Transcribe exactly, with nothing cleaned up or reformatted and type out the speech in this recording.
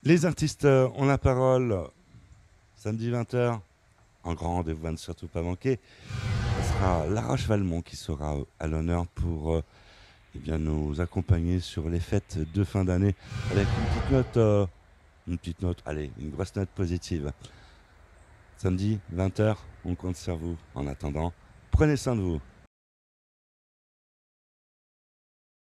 Les artistes euh, ont la parole samedi vingt heures. En grand rendez-vous à ne surtout pas manquer. Ce sera Laroche Valmont qui sera à l'honneur pour euh, eh bien, nous accompagner sur les fêtes de fin d'année avec une petite note, euh, une petite note, allez, une grosse note positive. Samedi vingt heures, on compte sur vous. En attendant, prenez soin de vous.